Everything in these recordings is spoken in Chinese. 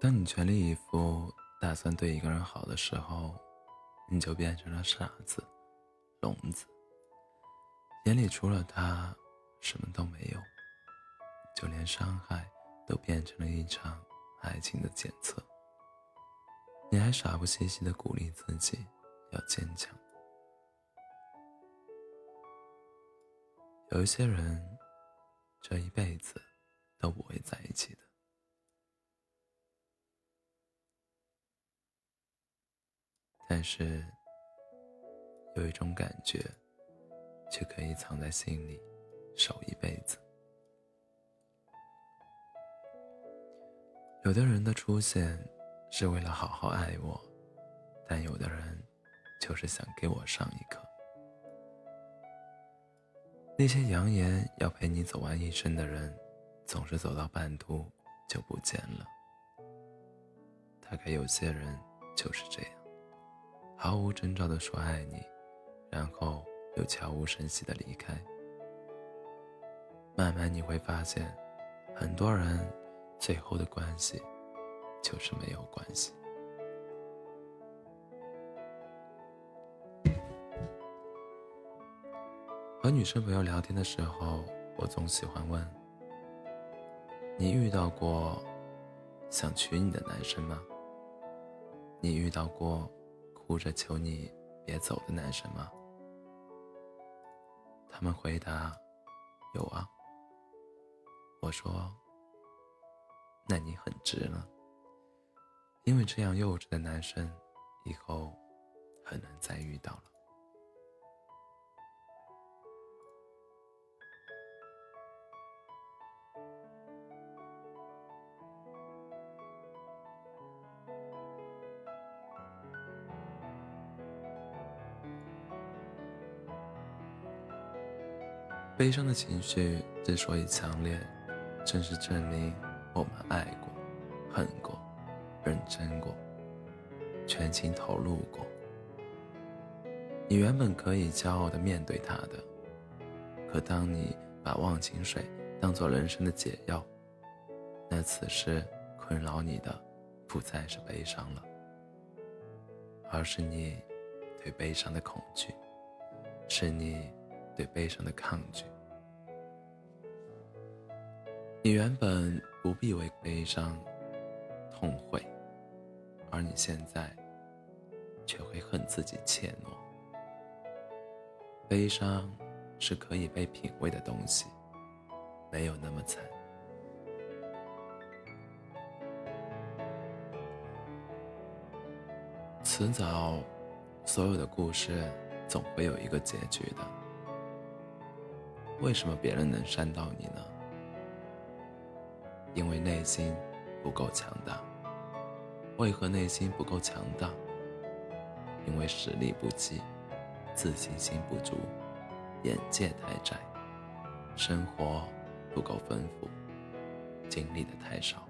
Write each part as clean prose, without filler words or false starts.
当你全力以赴打算对一个人好的时候，你就变成了傻子、聋子，眼里除了他什么都没有，就连伤害都变成了一场爱情的检测。你还傻不兮兮地鼓励自己要坚强。有一些人这一辈子都不会在一起的，但是有一种感觉却可以藏在心里守一辈子。有的人的出现是为了好好爱我，但有的人就是想给我上一课。那些扬言要陪你走完一生的人，总是走到半途就不见了。大概有些人就是这样，毫无征兆地说爱你，然后又悄无声息地离开。慢慢你会发现，很多人最后的关系就是没有关系。和女生朋友聊天的时候，我总喜欢问，你遇到过想娶你的男生吗？你遇到过哭着求你别走的男生吗？他们回答，有啊。我说，那你很值了，因为这样幼稚的男生以后很难再遇到了。悲伤的情绪之所以强烈，正是证明我们爱过、恨过、认真过、全情投入过。你原本可以骄傲地面对它的，可当你把忘情水当作人生的解药，那此时困扰你的不再是悲伤了，而是你对悲伤的恐惧，是你对悲伤的抗拒。你原本不必为悲伤痛悔，而你现在却会恨自己怯懦。悲伤是可以被品味的东西，没有那么惨。迟早，所有的故事总会有一个结局的。为什么别人能伤到你呢？因为内心不够强大。为何内心不够强大？因为实力不济，自信心不足，眼界太窄，生活不够丰富，经历的太少。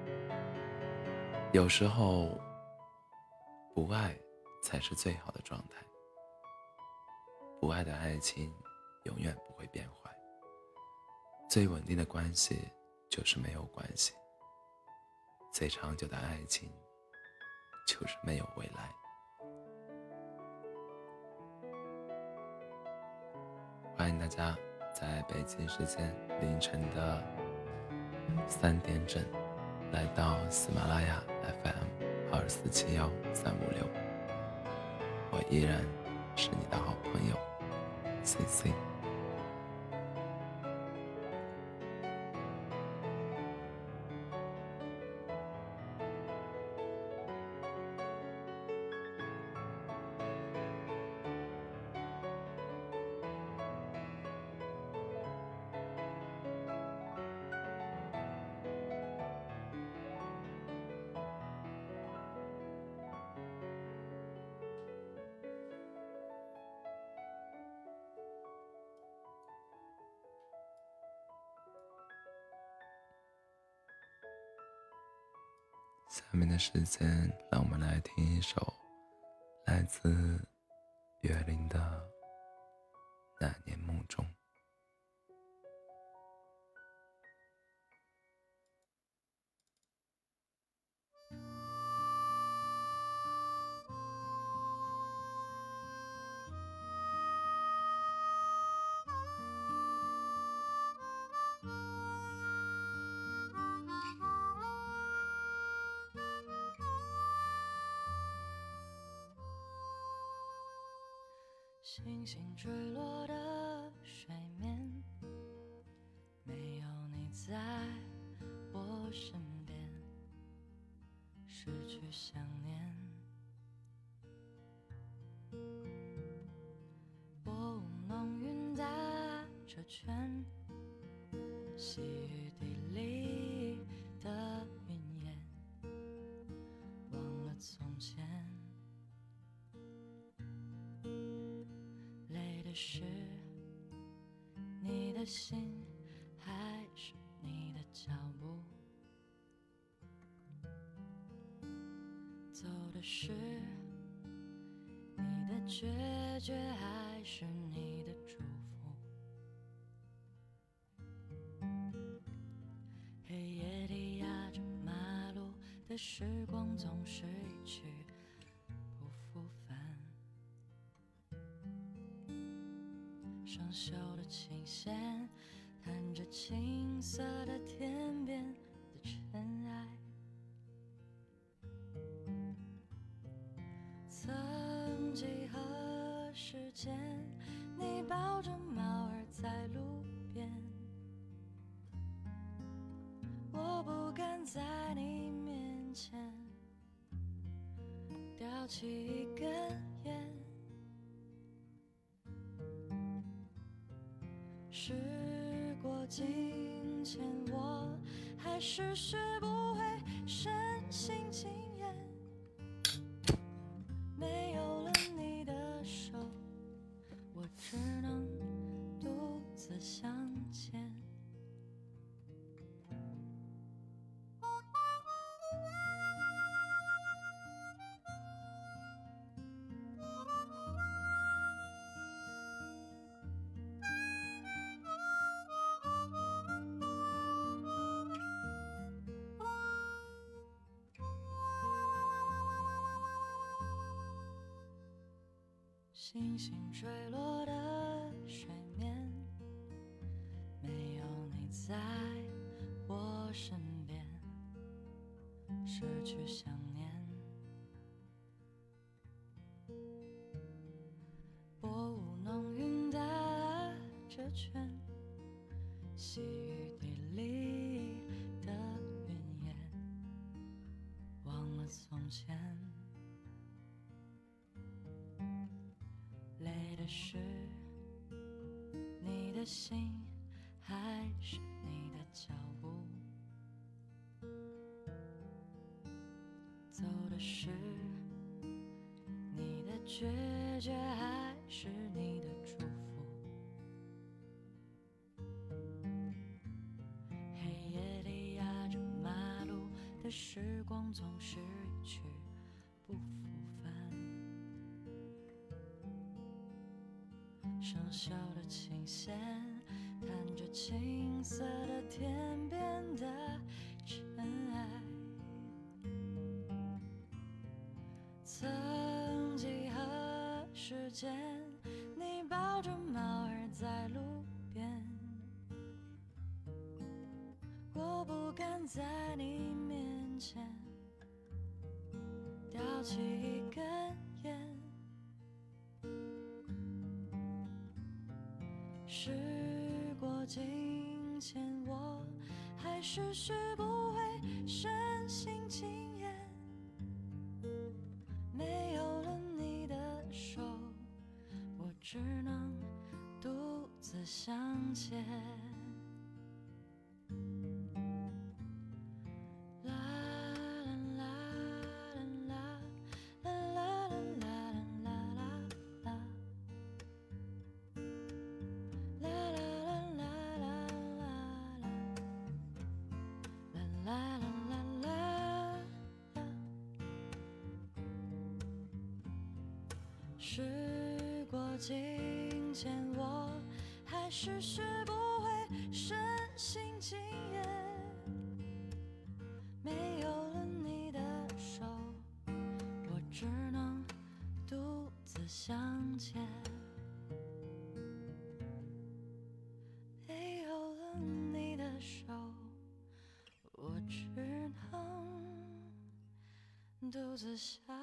有时候，不爱才是最好的状态。不爱的爱情永远不会变坏。最稳定的关系就是没有关系。最长久的爱情就是没有未来。欢迎大家在北京时间凌晨的3点整来到喜马拉雅 FM2471356，我依然是你的好朋友 CC。下面的时间，让我们来听一首来自岳林的《那年梦中》。 星星坠落的水面，没有你在我身边，失去想念。薄雾浓云打着圈，细雨滴里的云烟，忘了从前。累的是你的心，还是你的脚步？走的是你的决绝，还是你的祝福？黑夜里压着马路的时光，总是一去不复返。生锈的琴弦，弹着青涩的天边的尘埃。曾几何时间，你抱着猫儿在路边，我不敢在你面前叼起一根烟。时过境迁，我还是学不会深信轻言。没有了你的手，我只能独自向前。星星坠落的水面，没有你在我身边，失去想念。薄雾浓云打着圈，细雨滴里的云烟，忘了从前。累的是你的心，还是你的脚步？走的是你的决绝，还是你的祝福？黑夜里压着马路的时光，总是一去不复返。生锈的琴弦，弹着青涩的天边的尘埃。曾几何时间，你抱着猫儿在路边，我不敢在你面前叼起一根烟。时过境迁，我还是学不会深信轻言。没有了你的手，我只能独自向前。时过境迁，我还是学不会深信轻言。没有了你的手，我只能独自向前。没有了你的手，我只能独自向前。